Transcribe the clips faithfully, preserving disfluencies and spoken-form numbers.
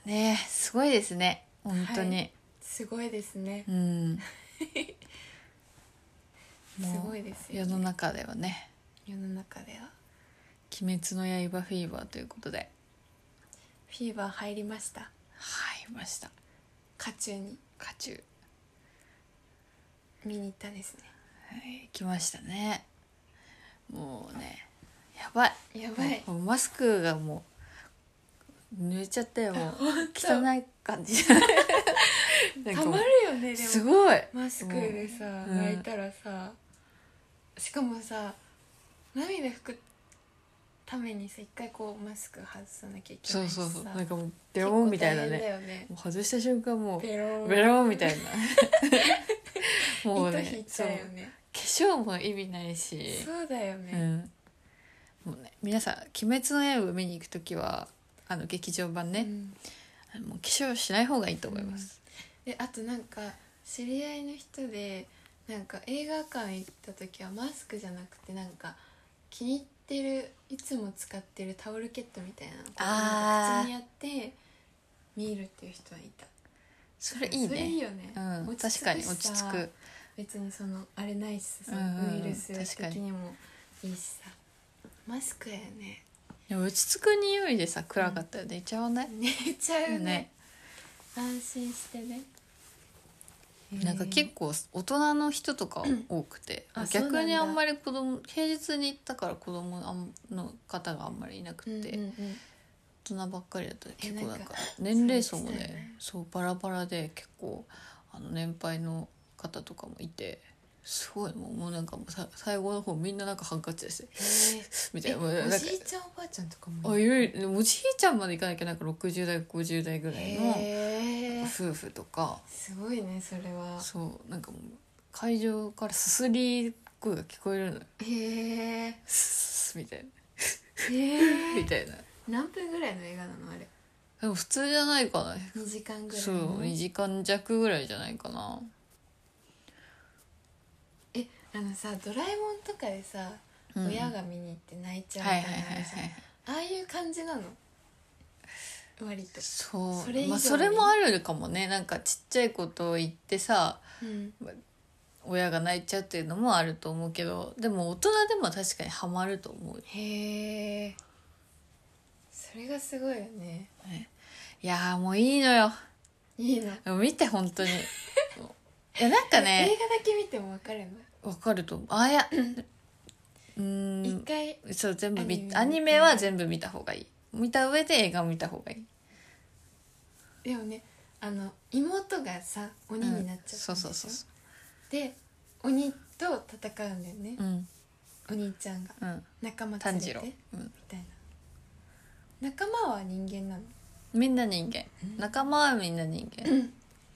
ねえすごいですね本当に、はい、 すごいですねうんすごいですよ、ね、 世の中ではね世の中では鬼滅の刃フィーバーということでフィーバー入りました入りました渦中に渦中見に行ったですねはい行きましたねもうねやばいやばいもうマスクがもう濡れちゃったよもう汚い感じたまるよねでもすごいマスクでさ、うん、泣いたらさしかもさ涙拭くためにさ一回こうマスク外さなきゃいけないしさそうそうそうなんかもうベロンみたいな ね, ねもう外した瞬間もうベロンベロンみたいなもうね糸引いちゃうよね化粧も意味ないしそうだよね、 うん、もうね皆さん「鬼滅の刃」見に行くときはあの劇場版ね、うん、もう化粧しない方がいいと思います、 うん、であとなんか知り合いの人でなんか映画館行った時はマスクじゃなくてなんか気に入ってるいつも使ってるタオルケットみたいなのを口にやって見るっていう人はいた。 それいいね。 それいいよね、 うん、 落ち着くしさ、 確かに落ち着く。 別にそのあれないしさ、 うんうんうん、 ウイルス的にもいいしさマスクやね。 いや落ち着く匂いでさ暗かったら寝ちゃわない、うん、 寝ちゃうね、ね安心してね。 なんか結構大人の人とか多くて、うん、逆にあんまり子供平日に行ったから子供の方があんまりいなくて、うんうんうん、大人ばっかりだったら結構なんか年齢層もねそうバラバラで結構あの年配の方とかもいてすごいもう、もうなんかもうさ最後の方みんななんかハンカチしてみたいな。おじいちゃんおばあちゃんとかもあいろいろおじいちゃんまで行かなきゃなんかろくじゅう代ごじゅう代ぐらいの夫婦とかすごいねそれは。 そうなんかもう会場からすすり声が聞こえるのよ。 へえスみたいなへみたいな。 何分ぐらいの映画なのあれ。 でも普通じゃないかな。 にじかんぐらい。 そうにじかん弱ぐらいじゃないかな。 えあのさドラえもんとかでさ、うん、親が見に行って泣いちゃうみたいな、はいはいはいはい、ああいう感じなの割と。 そうそれ、まあ、それもあるかもね。なんかちっちゃいことを言ってさ、うん、親が泣いちゃうっていうのもあると思うけどでも大人でも確かにハマると思う。 へえそれがすごいよね。 いやもういいのよ。 いいのでも見て本当にいやなんかね映画だけ見ても分かるの。 分かると思う。あいやうん一回そう全部見アニメは全部見た方がいい。見た上で映画を見た方がいい。 でもねあの妹がさ鬼になっちゃったんでしょ、うん、 そうそうそうそうで鬼と戦うんだよね、うん、お兄ちゃんが、うん、仲間連れて、うん、みたいな。仲間は人間なの。 みんな人間、うん、仲間はみんな人間、うん、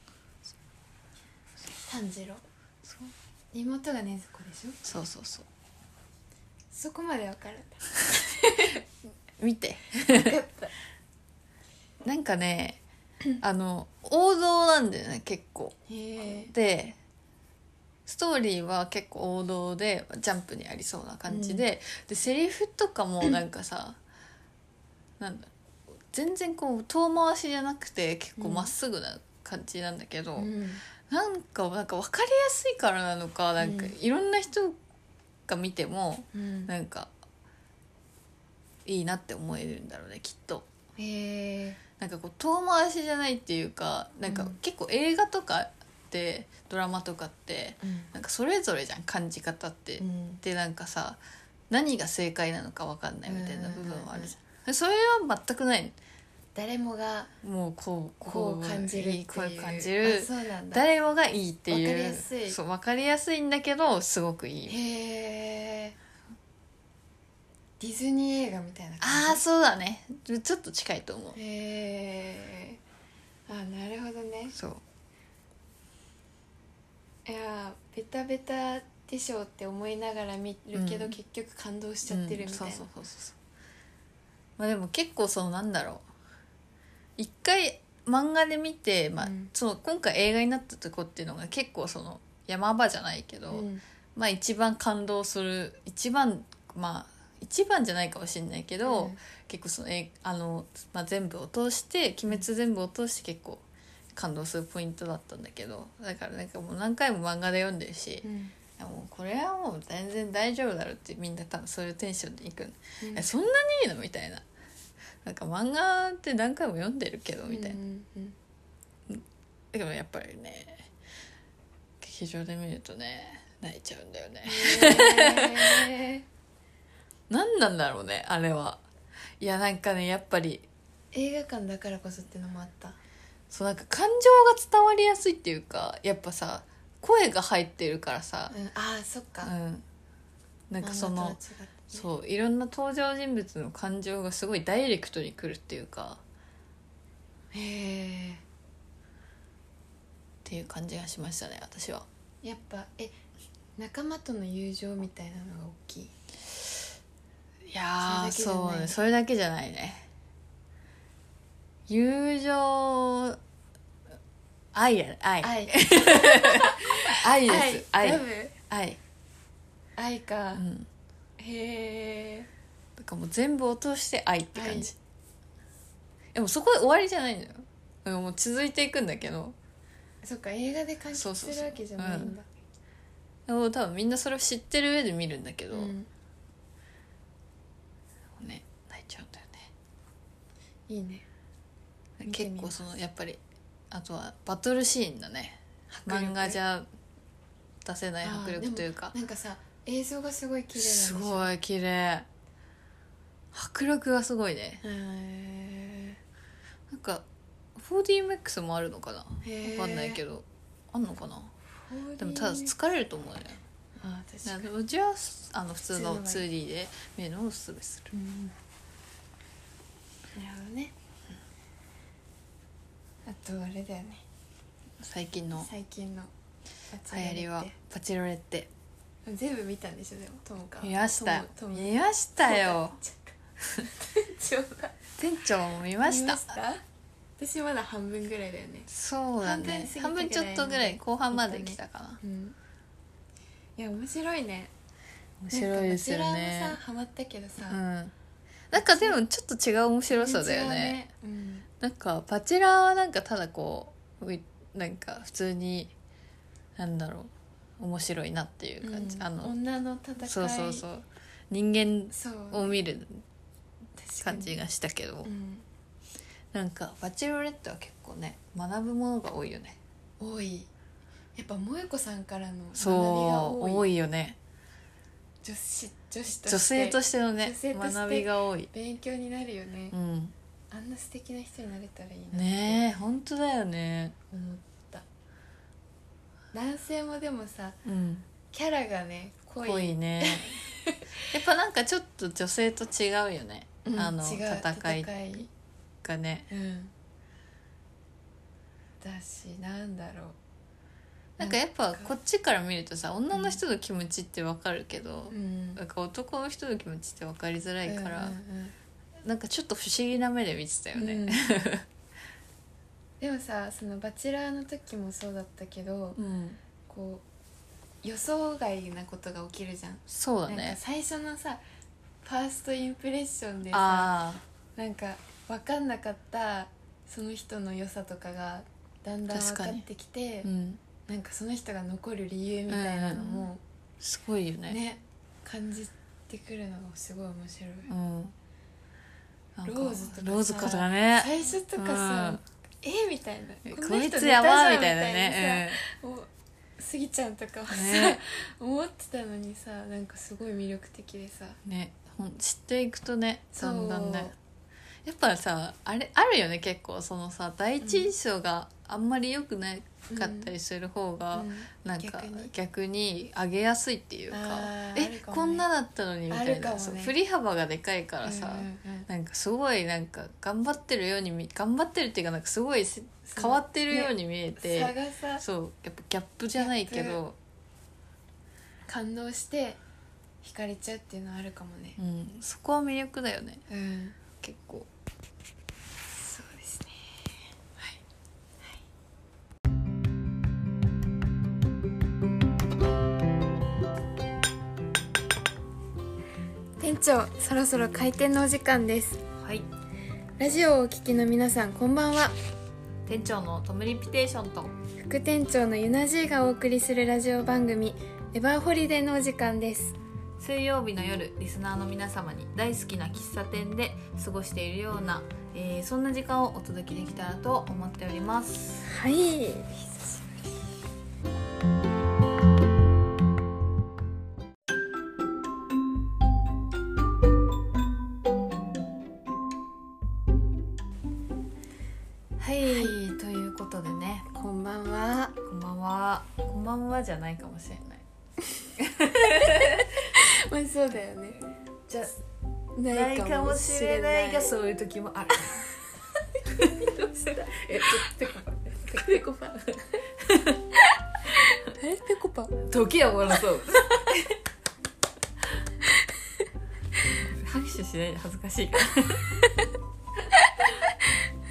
炭治郎そう妹が禰豆子でしょ。 そうそうそうそこまで分かるんだ見て分かったなんかねあの王道なんだよね結構。 へでストーリーは結構王道でジャンプにありそうな感じで、うん、でセリフとかもなんかさなんだ全然こう遠回しじゃなくて結構まっすぐな感じなんだけど、うん、なんかなんか分かりやすいからなのかなんかいろんな人が見てもなんかいいなって思えるんだろうねきっと。 へえなんかこう遠回しじゃないっていうかなんか結構映画とかってドラマとかって、うん、なんかそれぞれじゃん感じ方って、うん、でなんかさ何が正解なのか分かんないみたいな部分はあるじゃん。それは全くない。 誰もがもうこうこう感じるっていうこう感じる。 そうなんだ。 誰もがいいっていう分かりやすい。 そう分かりやすいんだけどすごくいい。 へえディズニー映画みたいな感じ。 ああそうだねちょっと近いと思う。 へえあなるほどね。 そういやベタベタでしょって思いながら見るけど、うん、結局感動しちゃってるみたいな、うん、そうそうそうそう。 まあでも結構そのなんだろう一回漫画で見て、まあうん、その今回映画になったとこっていうのが結構その山場じゃないけど、うん、まあ一番感動する一番まあ一番じゃないかもしれないけど、 うん、 結構そのえあの、まあ、全部を通して鬼滅全部を通して結構感動するポイントだったんだけど、だからなんかもう何回も漫画で読んでるし、 うん、 いやもうこれはもう全然大丈夫だろうってみんな多分そういうテンションでいくの、 うん、 えそんなにいいのみたいな、なんか漫画って何回も読んでるけどみたいな、 うんうん、 でもやっぱりね劇場で見るとね泣いちゃうんだよね、 えー、 何なんだろうねあれは。いやなんかねやっぱり映画館だからこそってのもあった。 そうなんか感情が伝わりやすいっていうか、やっぱさ声が入ってるからさ、 うん、ああそっか、 うん、なんかそ漫画とは違のってね、 そういろんな登場人物の感情がすごいダイレクトに来るっていうか、 へえ、 っていう感じがしましたね私は。 やっぱえ仲間との友情みたいなのが大きい。 いやーそれだけじゃないそうね、それだけじゃないね。友情愛や愛愛愛です愛ラブ愛、 愛か、 うん、 へえ、 だからもう全部落として愛って感じ、 愛でもそこで終わりじゃないのよ、うんもう続いていくんだけど、 そっか映画で完結するわけじゃないんだ。 でも多分みんなそれを知ってる上で見るんだけど、 うん、 ね泣いちゃうんだよね。 いいね。 結構そのやっぱりあとはバトルシーンだね、漫画じゃ出せない迫力というか、 なんかさ映像がすごい綺麗なんでしょ。 すごい綺麗、迫力がすごいね。 へなんか フォーディーエムエックス もあるのかな、 え、 分かんないけどあんのかな。 どでもただ疲れると思うね。 あ確かに、 でもうちはあの普通の普通のがいいツーディー で見るのをおすすめする。 うん、なるほどね。あとあれだよね、 最近の最近の流行りはパチロレッテ。 全部見たんでしょ。でもともか見ましたとも見ましたよ。 ちょっと店長も見ました。 私まだ半分ぐらいだよね。 そうだね、半半分過ぎたぐらい分ちょっとぐらい後半まで来たかな、 うん、いや面白いね。 面白いですよなんかバチェラーもねさハマったけどさ、 うんなんかでもちょっと違う面白さだよね。 全然違うね、うん、 なんかバチェラーはなんかただこうなんか普通になんだろう面白いなっていう感じ、 うん、 あの女の戦い、 そうそうそう人間そうを見る確かに感じがしたけど、 うん、 なんかバチェロレッテは結構ね学ぶものが多いよね。 多い。やっぱ萌子さんからの学びがそう多い。 多いよね。 女子女子として女性としてのね女性として学びが多い。 勉強になるよね、 うん、 あんな素敵な人になれたらいいなねえ本当だよね。 思った男性もでもさうんキャラがね濃い濃いねやっぱなんかちょっと女性と違うよね、 うん、 あの違う戦い戦いがね。 うんだしなんだろうなんかやっぱこっちから見るとさ女の人の気持ちって分かるけど、 うん、 なんか男の人の気持ちって分かりづらいから、 うんうんうん、 なんかちょっと不思議な目で見てたよね、 うんでもさそのバチェラーの時もそうだったけど、 うん、 こう予想外なことが起きるじゃん。なんかそうだね。 最初のさファーストインプレッションでさあなんか分かんなかったその人の良さとかがだんだん分かってきて、 あ、うん、 なんかその人が残る理由みたいなのも、 すごいよね。 ね感じてくるのがすごい面白い、 うん、なんかローズとかさローズとかね最初とかさ、 うんえみたいなこいつやばみたいなね。 さ、もうスギちゃんとかはさ、 ね思ってたのにさなんかすごい魅力的でさ、 うん、ねほん知っていくとねだんだんそうねやっぱさあれあるよね結構そのさ第一印象があんまり良くなかったりする方が、 うんなんか逆に逆に上げやすいっていうか、 あーあえるかもねこんなだったのにみたいな、 あるかもねそう振り幅がでかいからさ、 うんうんうんなんかすごいなんか頑張ってるように見頑張ってるっていうかなんかすごいせ変わってるように見えて、 差がさそうやっぱギャップじゃないけど、 感動して惹かれちゃうっていうのはあるかもね。 うん、そこは魅力だよねうん結構。 そうですね。店長、そろそろ開店のお時間です。 はい、 ラジオをお聞きの皆さん、こんばんは。 店長のトムリピテーションと副店長のユナジーがお送りするラジオ番組エバーホリデーのお時間です。 水曜日の夜、リスナーの皆様に大好きな喫茶店で過ごしているような、えー、そんな時間をお届けできたらと思っております。 はい、久しぶり。 はい、ということでね、 こんばんは。 こんばんは。こんばんはじゃないかもしれない。 まあそうだよね。 じゃないかもしれないが、そういう時もある。 どうした？ え、ちょっとペコパ。あれペコパ。 時は戻そう。拍手しないで恥ずかしいから。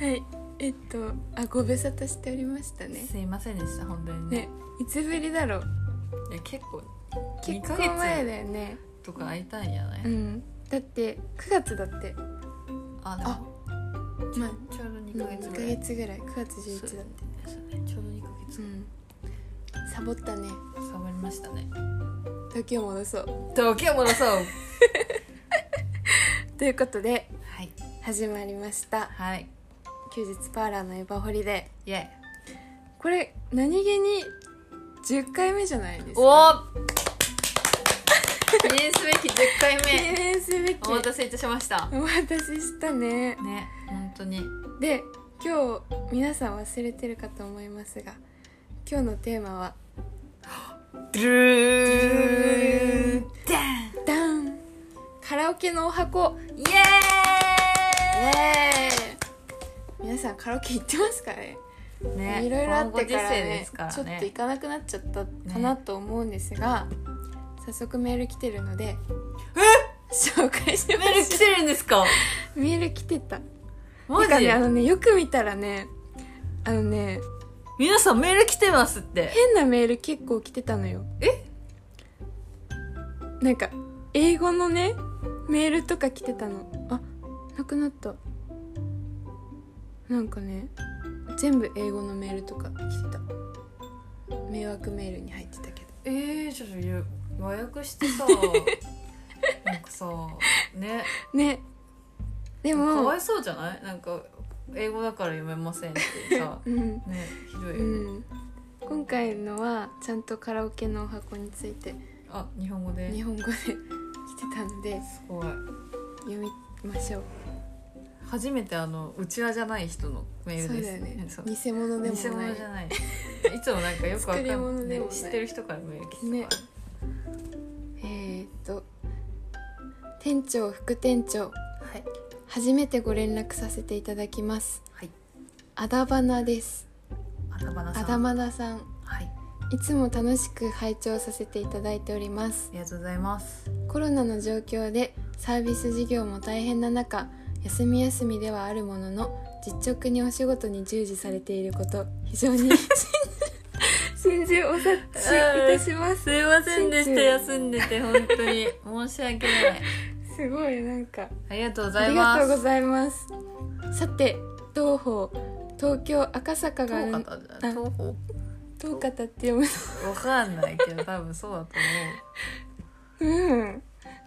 はい。えっと、あ、ご無沙汰しておりましたね。 すいませんでした、本当にね。 ね、いつぶりだろう。 いや、結構結構前だよね。 とか会いたいんじゃない？ うん。だってくがつだって。 あ、でもまあ、ちょうどにかげつぐらい。 にかげつぐらい。くがつじゅういちだって。 そうね、ちょうどにかげつ。うん。 サボったね。 サボりましたね。 時を戻そう。 時を戻そう。 ということで、 はい、 始まりました。 はい。 休日パーラーのエバホリで、 イエイ。 これ何気にじゅっかいめじゃないですか。 おー記念すべきじゅっかいめ。 記念すべき。 お待たせいたしました。 お待たせしたね。 ね、本当に。 で、今日皆さん忘れてるかと思いますが、今日のテーマはドゥーダンダンカラオケのお箱。 イエーイ。 イエーイ。皆さんカラオケ行ってますかね。 ね、 いろいろあってから ね, からねちょっと行かなくなっちゃったかなと思うんですが、ね、早速メール来てるので紹介しましょう。 メール来てるんですか？ メール来てた。 マジ？ なんかね、あのね、よく見たらね、あのね、 皆さんメール来てますって。 変なメール結構来てたのよ。 え？ なんか英語のねメールとか来てたの。あ、なくなった。なんかね、全部英語のメールとか来てた。迷惑メールに入ってたけど。 えー、ちょっと和訳してさなんかさ、ねね、でもかわいそうじゃない？なんか英語だから読めませんってさ、 うん、 ね、ひどいよね、うん、 今回のはちゃんとカラオケのお箱について、 あ、日本語で日本語で来てたので、 すごい読みましょう。 初めてあのうちわじゃない人のメールです。 そうだよね。 そう、 偽物でもない。 偽物じゃない。いつもなんかよくわかんない、ね、知ってる人からメール来てた、ね、 えー、っと店長、副店長、 はい、 初めてご連絡させていただきます。 はい、 あだばなです。 あだばなさん。 あだばなさん。 はい。 いつも楽しく拝聴させていただいております。 ありがとうございます。 コロナの状況でサービス事業も大変な中、休み休みではあるものの実直にお仕事に従事されていること、非常に心中お察しいたします。 すいませんでした、休んでて本当に申し訳ない。 すごい、なんかありがとうございます。 ありがとうございます。さて、同胞東京赤坂が東方じゃない、東方東方って読むのわかんないけど多分そうだと思う。うん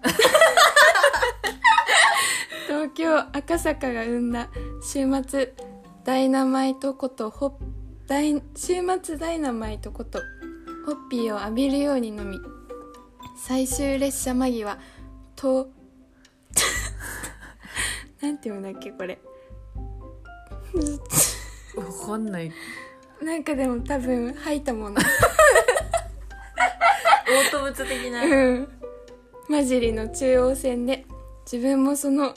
東京赤坂が生んだ週末ダイナマイトことホダイ週末ダイナマイトことホッピーを浴びるように飲み、最終列車間際となんて読むんだっけこれわかんない。 なんかでも多分吐いたもの嘔吐物的な、 うん、混じりの中央線で自分もその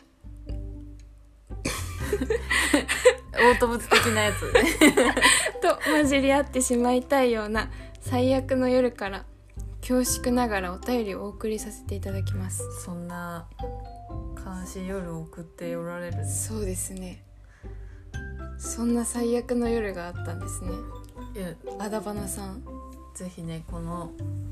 嘔吐物的なやつと混じり合ってしまいたいような最悪の夜から、恐縮ながらお便りをお送りさせていただきます。 そんな悲しい夜を送っておられる。 そうですね、そんな最悪の夜があったんですね。 いや、 あだばなさん、 ぜひね、この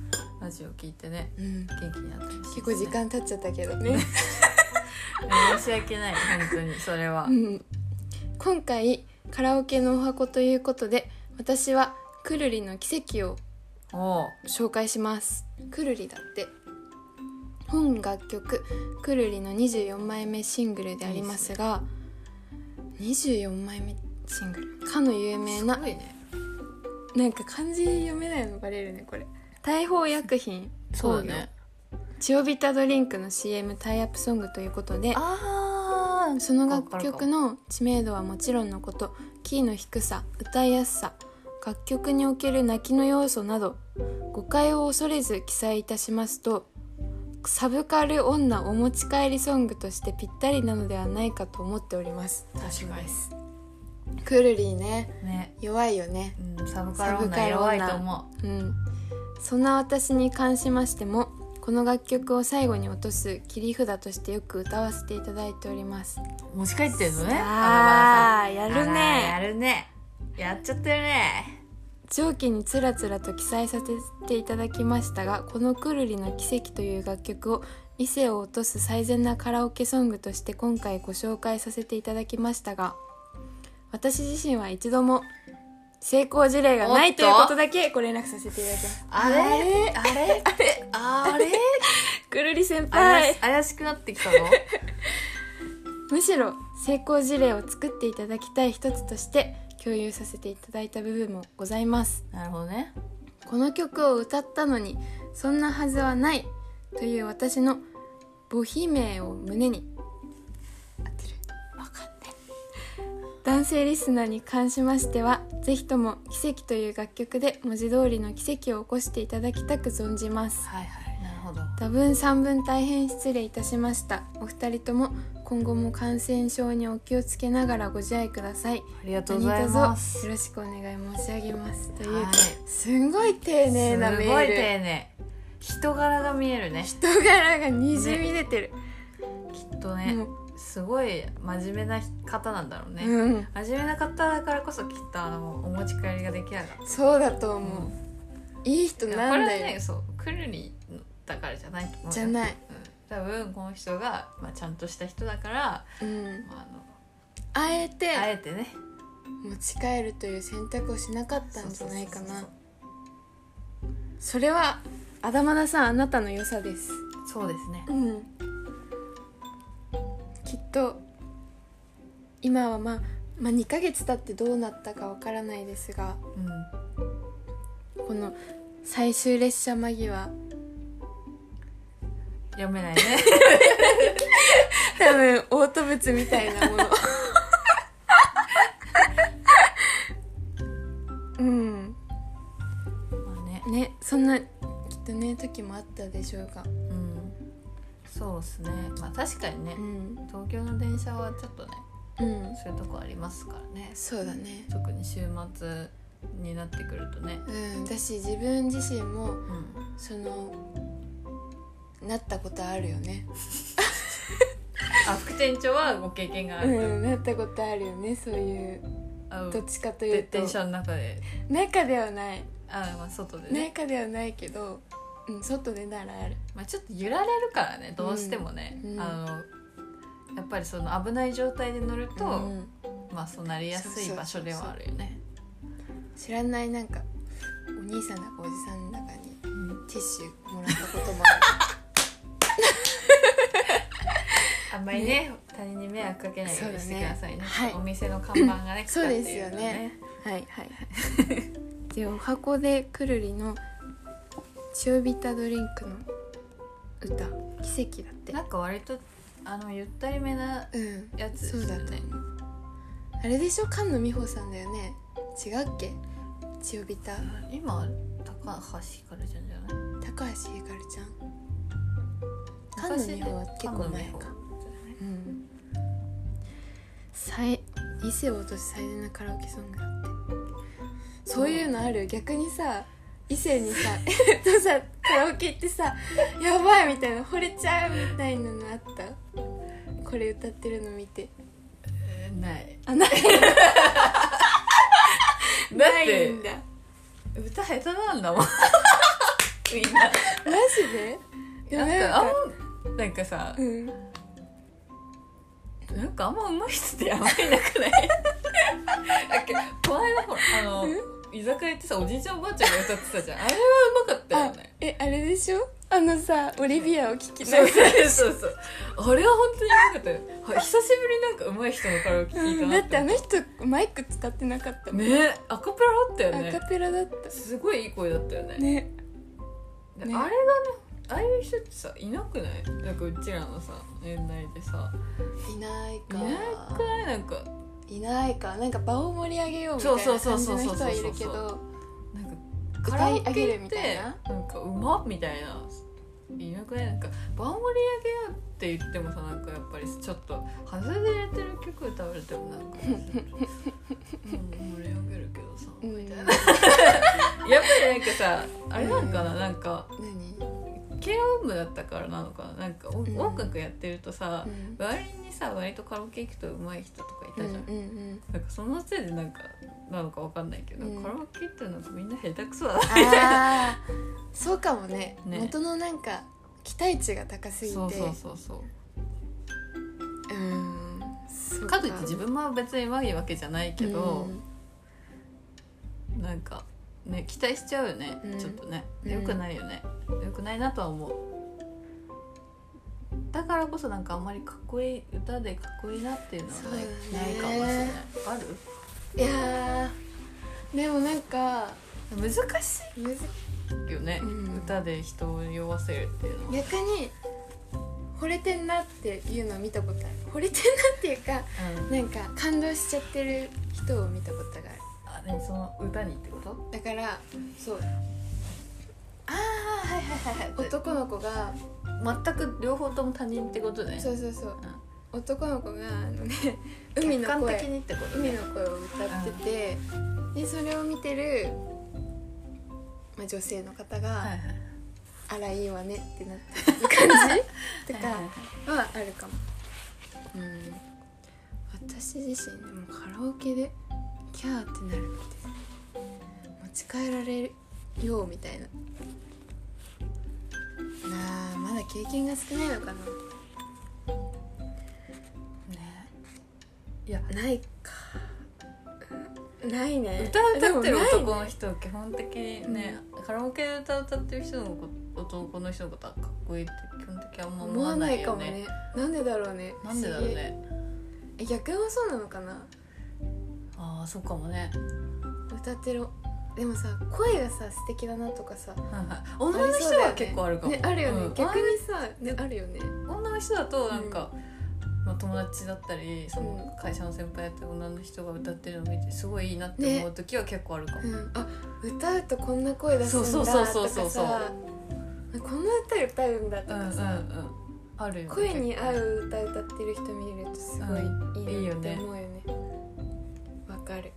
ラジオ聞いてね、 うん、 元気になってほしいですね。 結構時間経っちゃったけどね申し訳ない本当にそれは、 うん、今回カラオケのお箱ということで、私はくるりの奇跡を紹介します。くるりだって本楽曲くるりのにじゅうよんまいめシングルでありますが、にじゅうよんまいめシングルかの有名な、 すごいね、 なんか漢字読めないのバレるねこれ。大宝薬品そうだね、 チオビタドリンクの シーエム タイアップソングということで、 あその楽曲の知名度はもちろんのこと、キーの低さ、歌いやすさ、楽曲における泣きの要素など誤解を恐れず記載いたしますと、サブカル女お持ち帰りソングとしてぴったりなのではないかと思っております。 確かにくるりね、 ね、 弱いよね、 うん、サブカル女弱いと思う、 うん、そんな私に関しましてもこの楽曲を最後に落とす切り札としてよく歌わせていただいております。 持ち帰ってんのね、 ああやるね、 やるね、やっちゃってるね。 上記につらつらと記載させていただきましたが、このくるりの奇跡という楽曲を異性を落とす最善なカラオケソングとして今回ご紹介させていただきましたが、私自身は一度も成功事例がないということだけご連絡させていただきます。 あれあれあれあれくるり先輩怪しくなってきたのむしろ成功事例を作っていただきたい一つとして共有させていただいた部分もございます。 なるほどね。 この曲を歌ったのにそんなはずはないという私の母悲鳴を胸に、合ってる？わかんない。男性リスナーに関しましてはぜひとも奇跡という楽曲で文字通りの奇跡を起こしていただきたく存じます。 はいはい、なるほど。 多分三分大変失礼いたしました。お二人とも今後も感染症にお気をつけながらご自愛ください。 ありがとうございます。 よろしくお願い申し上げますという、 はい、 すんごい丁寧なメール。 すごい丁寧。人柄が見えるね。 人柄がにじみ出てる、ね、 きっとね、すごい真面目な方なんだろうね、 うん、 真面目な方だからこそきっとあのお持ち帰りができなかった。 そうだと思う、うん、いい人なんだよ。これはね、そうくるりだからじゃないと思う。 じゃない、 うん、多分この人が、まあ、ちゃんとした人だから、 うんまあ、あのあえてあえてね持ち帰るという選択をしなかったんじゃないかな。それはあだまださん、あなたの良さです。 そうですね、 うん、きっと今は、まあ、まあにかげつ経ってどうなったかわからないですが、 うん、 この最終列車間際読めないね多分オート物みたいなものうんまあね、 ね、そんなきっとね時もあったでしょうが、 うん、そうですね。まあ確かにね、うん、東京の電車はちょっとね、うん、そういうとこありますからね。 そうだね、 特に週末になってくるとね、 うん、だし自分自身も、うん、そのなったことあるよねあ、副店長はご経験がある、 うん、なったことあるよね。そういうどっちかというと電車の中で中ではない、 あ、まあ、外でね、 中ではないけど、うん、外でならある、 まあ、ちょっと揺られるからね、どうしてもね、うん、あのやっぱりその危ない状態で乗ると、うん、まあそうなりやすい場所ではあるよね。 知らないなんかお兄さんだかおじさんだかにティッシュもらったこともあるあんまり ね, ね他人に迷惑かけないようにしてくださいね。 はい、 お店の看板がねそうですよね。はいはいはいでお箱でくるりのチオビタドリンクの歌奇跡だって、 なんか割とあのゆったりめなやつですよね、うん、そうだと思う。 あれでしょ、菅野美穂さんだよね。違うっけ、チオビタ。 今高橋ひかるちゃんじゃない？ 高橋ひかるちゃん。菅野美穂は結構前か。うん。最異性を落とす最善なカラオケソングだって。そういうのある？逆にさ、異性にさとさカラオケ行ってさやばいみたいな、惚れちゃうみたいなのあった？これ歌ってるの見て。 えー、ない。 あ、ない。 だって歌下手なんだもんみんなマジで？でもなんかあんなんかさ、 うん、 なんかあんま上手い人ってあんまりいなくないだっけこの間ほらあの居酒屋行ってさおじいちゃんおばあちゃんが歌ってたじゃんあれはうまかったよね。 えあれでしょあのさオリビアを聴きながらそうそうそうあれは本当にうまかったよ。は久しぶりになんか上手い人のカラオケ聞いたうん、 なだってあの人マイク使ってなかったもんねアカペラだったよね。 アカペラだったすごいいい声だったよね。 ねねであれがねああいう人ってさいなくない？なんかうちらのさ年代でさいないかいなくない？なんかいないかなんか場を盛り上げようみたいな感じの人はいるけどなんか歌い上げるみたいななんかうまっみたいないなくない？なんか場を盛り上げようって言ってもさなんかやっぱりちょっと外れてる曲歌われてもなんか、うん、盛り上げるけどさ、 うん、 みたいなやっぱりなんかさあれなんかな、うん、なんか何軽音部だったからなのかななんか、うん、音楽やってるとさ、うん、周りにさ割とカラオケ行くと上手い人とかいたじゃん、うんうんうん、なんかそのせいでなんかなのかわかんないけど、うん、カラオケってなんかみんな下手くそだなあそうかも ね, ね元のなんか期待値が高すぎてそうそうそうそううんそうかといって自分も別に上手いわけじゃないけど、うん、なんかね期待しちゃうよね、うん、ちょっとねよくないよね、うん、よくないなとは思う。だからこそなんかあんまりかっこいい歌でかっこいいなっていうのはない、ないかもしれない。ある？ いやでもなんか難しいよね、うん、歌で人を酔わせるっていうのは。 逆に惚れてんなっていうのを見たことある。惚れてんなっていうか、うん、なんか感動しちゃってる人を見たことがある。 あ、ね、その歌にってこと？ だからそうああはいはいはいはい男の子が全く両方とも他人ってことね。 そうそうそう、うん、男の子があのね海の声、 的にってことね、海の声を歌ってて、うん、でそれを見てる、まあ、女性の方が、はいはい、あらいいわねってなってる感じとかはあるかも。うん、私自身でもカラオケでキャーってなるって持ち帰られようみたいな。なあ、まだ経験が少ないのかな。 ね、いやないか。ないね。 歌歌ってる男の人は基本的にね、うん、カラオケで歌歌ってる人の男の人のことはかっこいいって基本的にあんま思わないよね。思わないかもね。なんでだろうね。 なんでだろうね。 え、逆もそうなのかな。 ああ、そうかもね。 歌ってる。でもさ、声がさ素敵だなとかさ、 女の人は結構あるかも、 ね、あるよね、うん、逆にさ、ね、あるよね。 女の人だとなんか、うんまあ、友達だったりその会社の先輩やってる女の人が歌ってるのを見てすごいいいなって思う時は結構あるかも、ねうん、 あ、歌うとこんな声出すんだとかさ、こんな歌歌うんだとかさ、うんうんうん、あるよね、声に合う歌歌ってる人見るとすごいいいなって思うよね。わ、うん、かる。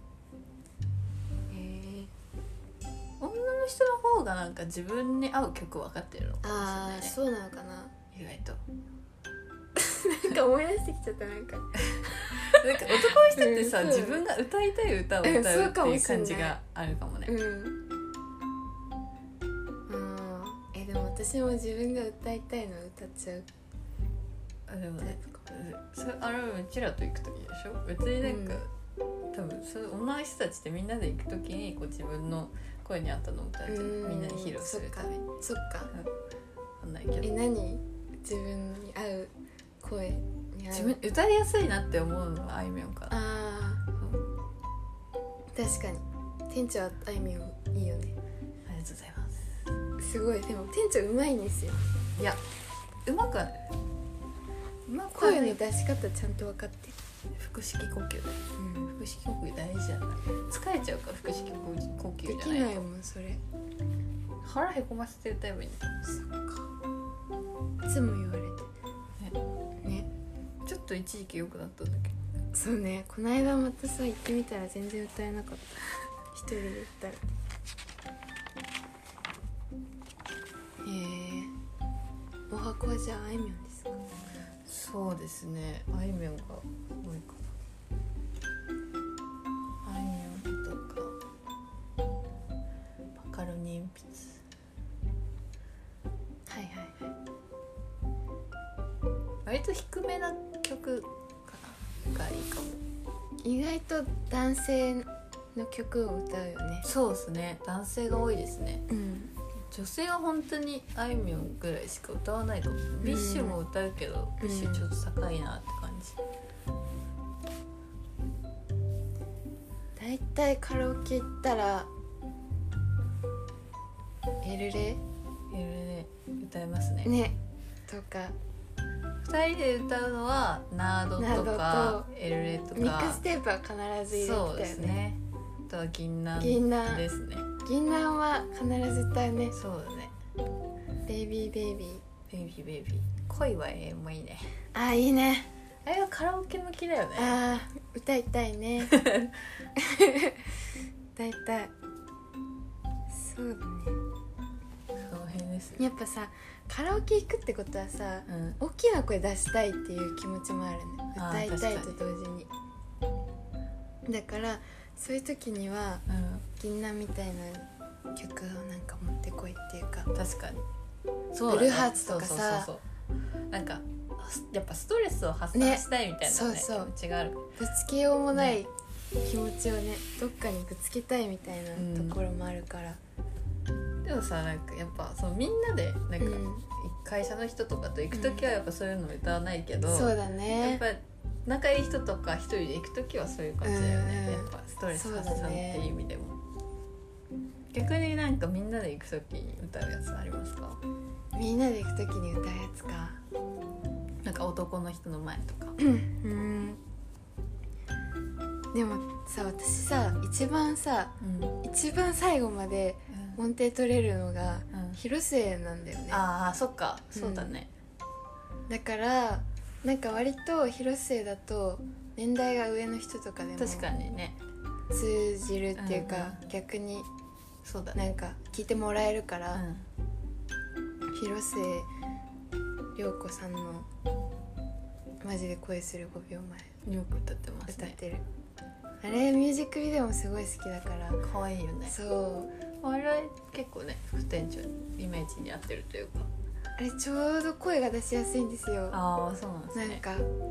女の人の方がなんか自分に合う曲分かってるのかもしれない、ね、 ああ、そうなのかな。 意外となんか思い出してきちゃった。なんかなんか男の人ってさ、うん、自分が歌いたい歌を歌うっていう感じがあるかもね。うん、うん、 えでも私も自分が歌いたいのを歌っちゃう。 あ、でもね、それあれうちらと行く時でしょ。別になんか、うん、多分そういう女の人たちってみんなで行く時にこう自分の声に合ったのを歌ってみんなに披露するために。 そっか、 うん、分かんないけど。 え、何自分に合う声に合う自分歌いやすいなって思うのはあいみょんかな。 あー、確かに店長はあいみょんいいよね。 ありがとうございます。 すごい。でも店長うまいんですよ。 いや、うまくはうまくは声の出し方ちゃんと分かってる。 腹式呼吸だよ、うん、腹式呼吸大事じゃない。疲れちゃうから腹式呼吸じゃないとできないもんそれ。 腹へこませて歌えばいいんだよ。 そっか、いつも言われて ね, ねちょっと一時期良くなったんだけど。 そうね、この間またさ行ってみたら全然歌えなかった一人で行ったら。へえ、お箱はじゃああいみょんですか。 そうですね、あいみょんが多いかな。あいみょんとかマカロニ鉛筆、 割と低めな曲かながいいかも。 意外と男性の曲を歌うよね。 そうですね、男性が多いですね。 うん女性は本当にあいみょんぐらいしか歌わないかも。ビッシュも歌うけど、うん、ビッシュちょっと高いなって感じ。 だいたいカラオケ行ったらエルレエルレ歌いますね。 ねとかふたりで歌うのはナードとかエルレとかミックステープは必ず入れてたよね。 そうですね。あとは銀杏ですね。 銀杏は必ず歌うね。 そうだね。 ベイビーベイビーベイビーベイビー恋は永遠もいいね。 あーいいね。 あれはカラオケ向きだよね。 あー歌いたいね歌いたい。そうだね。 その辺ですね。 やっぱさカラオケ行くってことはさ、うん、大きな声出したいっていう気持ちもあるね。歌いたいと同時に。だからそういう時には、うん、銀杏みたいな曲をなんか持ってこいっていうか。 確かにそうだ、ね、ブルーハーツとかさ、そうそうそうそう、なんかやっぱストレスを発散したいみたいな、ねね、そうそう気持ちがある。 ぶつけようもない気持ちをねどっかにぶつけたいみたいなところもあるから、 うん、でもさなんかやっぱそのみんなでなんか、うん、会社の人とかと行く時はやっぱそういうの歌わないけど、 うん、そうだね。 やっぱ仲いい人とか一人で行く時はそういう感じだよね、うん、やっぱストレス発散っていう意味でも、ね、逆になんかみんなで行く時に歌うやつありますか？ みんなで行く時に歌うやつか。 なんか男の人の前とかうんでもさ私さ一番さ、うん、一番最後まで音程取れるのが、うん、広末なんだよね。 ああそっかそうだね、 うん、だからなんか割と広末だと年代が上の人とかでも確かにね通じるっていうか、うんうん、逆にそうだねなんか聞いてもらえるから、うん、広末涼子さんのマジで恋するごびょうまえよく歌ってますね。 歌ってる。あれミュージックビデオもすごい好きだから可愛いよね。 そうあれ結構ね副店長イメージに合ってるというかあれちょうど声が出しやすいんですよ。 ああそうなんですね。 なんか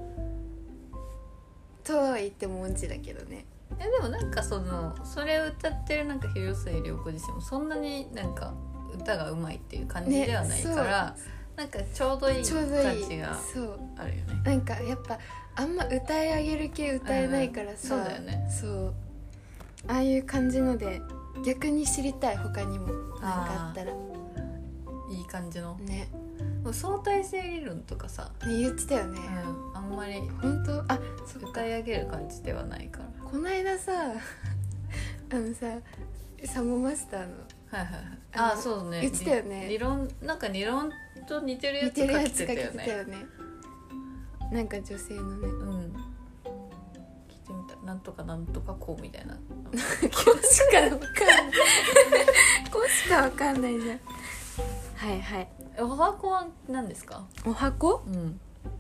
とは言っても音痴だけどね。 えでもなんかそのそれを歌ってるなんか広末涼子自身もそんなになんか歌がうまいっていう感じではないから、ね、なんかちょうどいい感じがあるよね。 なんかやっぱあんま歌い上げる系歌えないからさ、 うん、そうだよね。 そうああいう感じので逆に知りたい。他にもなんかあったらいい感じのね。 相対性理論とかさ、 ね、言ってたよね、 うん、あんまり本当あそっか歌い上げる感じではないから。 この間さあのさサモマスターのはいはいはいああそうね言ってたよね。 理論なんか理論と似てるやつ書けてたよ ね, てたよねなんか女性のねうん聞いてみたなんとかなんとかこうみたいなこうしかわかんないこうしかわかんないじゃん。はいはい。 お箱は何ですか？ お箱？ うん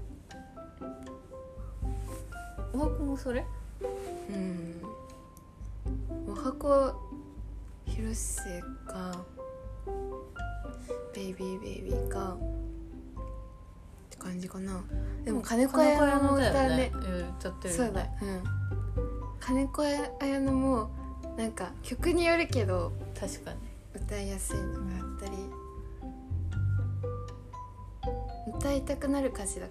お箱もそれ？ うんお箱広瀬かベイビーベイビーかって感じかな。でも金子綾乃も歌うね。 歌ってるよね。そうだ、うん。金子綾乃もなんか曲によるけど確かに歌いやすいのがあったり、歌いたくなる歌詞だ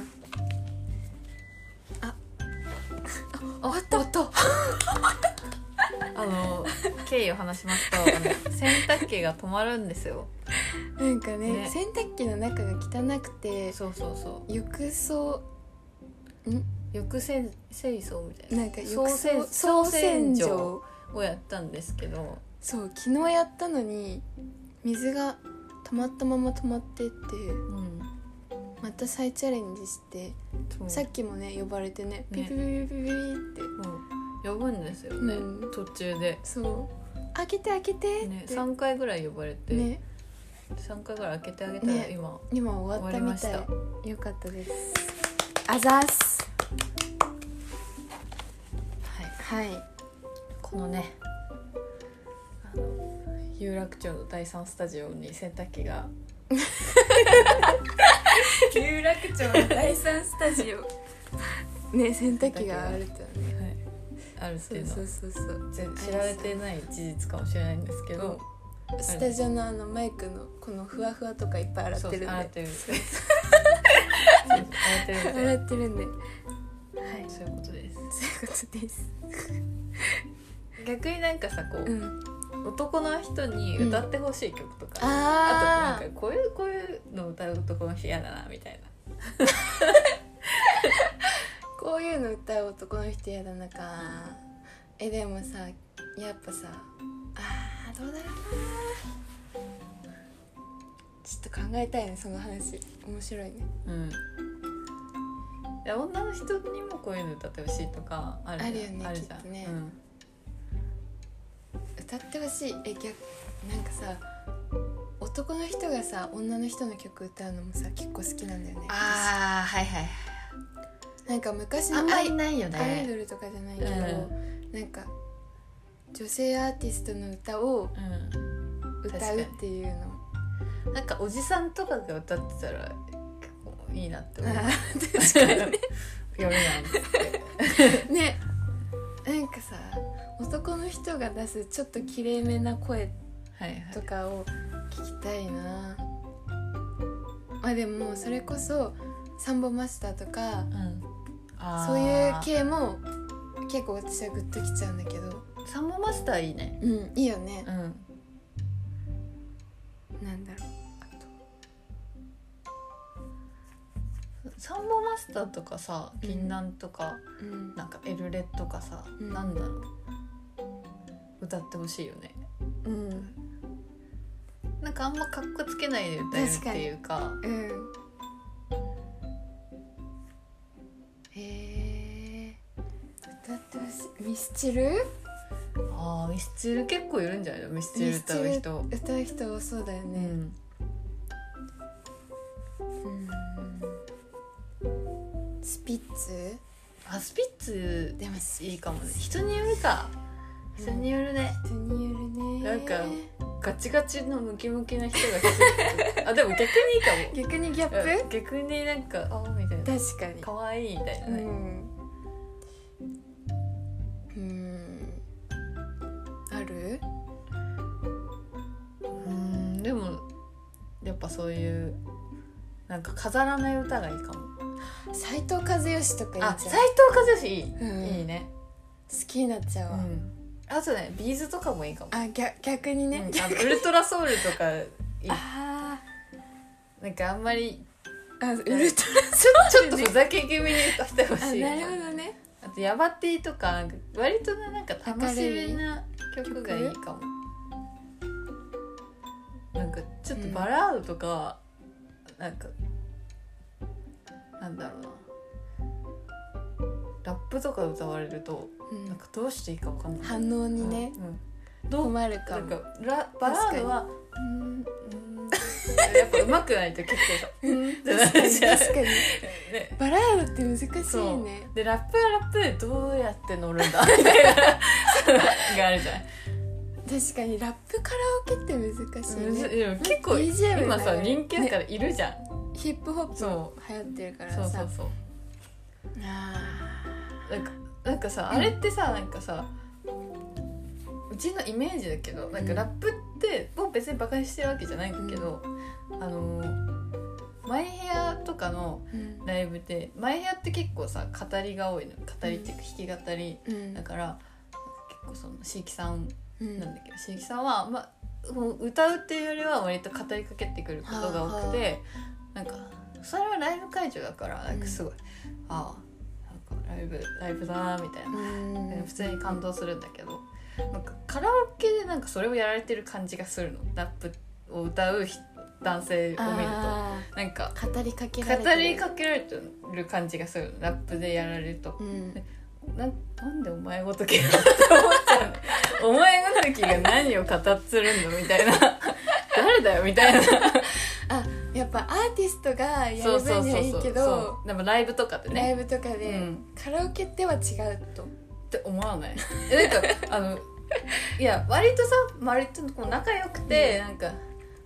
からな。あ、あ、終わった終わったあの経緯を話しますとあの洗濯機が止まるんですよ。 なんか ね, ね洗濯機の中が汚くてそうそうそう浴槽ん浴洗清掃みたいななんか浴槽総洗浄をやったんですけどそう昨日やったのに水が止まったまま止まってって、うん、また再チャレンジしてさっきもね呼ばれてねピピピピピピって、 うん呼ぶんですよね、うん、途中でそう開けて開けてって、 ね、さんかいぐらい呼ばれて、ね、さんかいぐらい開けてあげたら今、ね、 今終わったみたい。よかったです。あざーす。はい、はい、 このねあの有楽町のだいさんスタジオに洗濯機が有楽町の第三スタジオね、洗濯機があるってね、 はい、あるっていうのはそうそうそうそう知られてない事実かもしれないんですけど、 スタジオのあのマイクのこのふわふわとかいっぱい洗ってるんで、 洗ってる洗ってるんで、はい、 そういうことです。 そういうことです。 逆になんかさこう、うん、男の人に歌ってほしい曲とか、 うん、あ, あとなんかこういうこういうの歌う男の人嫌だなみたいなこういうの歌う男の人嫌だなか、うん、えでもさやっぱさあーどうだろうな、ちょっと考えたいねその話、面白いね。うん。 いや女の人にもこういうの歌ってほしいとかあるあるよね、 あるじゃんきっとね、 うん、 歌ってほしい。え逆なんかさ男の人がさ女の人の曲歌うのもさ結構好きなんだよね。 ああはいはい。 なんか昔のアイないよね、 アイドルとかじゃないけど、うん、なんか女性アーティストの歌を歌うっていうの、 うん、なんかおじさんとかが歌ってたら結構いいなって思う。 確かにね読めないんですってね、なんかさ男の人が出すちょっときれいめな声とかを聞きたいな、はいはい、まあでもそれこそサンボマスターとか、うん、あそういう系も結構私はグッときちゃうんだけど、 サンボマスターいいね。 うんいいよね、 うん、 なんだろうあとサンボマスターとかさ銀杏とか、 うん、 なんかエルレとかさ、うん、なんだろう歌ってほしいよね。 うん、 なんかあんまカッコつけないで歌えるっていうか、 うん、へー歌ってほしい。ミスチル？ あーミスチル結構いるんじゃないの？ミスチル歌う人歌う人多そうだよね、うんうん、スピッツ？ あスピッツでもいいかもね。人によるか、人によるね、 人によるね。 なんかガチガチのムキムキな人が好きあでも逆にいいかも。 逆にギャップ？ 逆になんかあみたいな、 確かに可愛いみたいなね。 うんうんある？ うんでもやっぱそういうなんか飾らない歌がいいかも。 斉藤和義とかいいじゃん。 あ斉藤和義いい、うん、いいね。 好きになっちゃうわ、うん、 あとねビーズとかもいいかも。 あ 逆, 逆にね、 うん、あのウルトラソウルとかいいあなんかあんまりあウルトラソウル、ね、 ちょっとふざけ気味に歌ってほしい。 なるほどね。 あとヤバティとかなんか割となんか楽しみな曲がいいかも。なんかちょっとバラードとか、うん、なんかなんだろうなラップとか歌われると、うん、なんかどうしていいか分かんない。 反応にね、 うん、どう困るかも。 なんかラバラードはうんうんやっぱ上手くないと結構さうんってなっちゃう。確かに、ね、 バラードって難しいね。 でラップはラップでどうやって乗るんだみたいながあるじゃん。 確かにラップカラオケって難しいね。 でも結構 ディージェー 今さ人気だからいるじゃん、ね、 ヒップホップ流行ってるからさ。 そうそうそう。 あなんかなんかさ、うん、あれってさなんかさうちのイメージだけどなんかラップってもう別にバカにしてるわけじゃないんだけど、うん、あのマイヘアとかのライブで、うん、マイヘアって結構さ語りが多いの。語りっていうか弾き語り、うん、だから結構その椎木さんなんだけど、椎木さんは、ま、歌うっていうよりは割と語りかけてくることが多くて、なんかそれはライブ会場だからなんかすごい、うん、ああなんかライブライブだなみたいな、うん、普通に感動するんだけど、なんかカラオケでなんかそれをやられてる感じがするの。ラップを歌う男性を見るとなんか語りかけられてる語りかけられてる感じがするの。ラップでやられると、うん、な, なんでお前ごときがって思っちゃうお前ごときが何を語ってるのみたいな誰だよみたいなあやっぱアーティストがやる分にはいいけど、 でもライブとかでねライブとかで、うん、カラオケでは違うとって思わない？なんかあのいや割とさ割とこう仲良くて、うん、なんか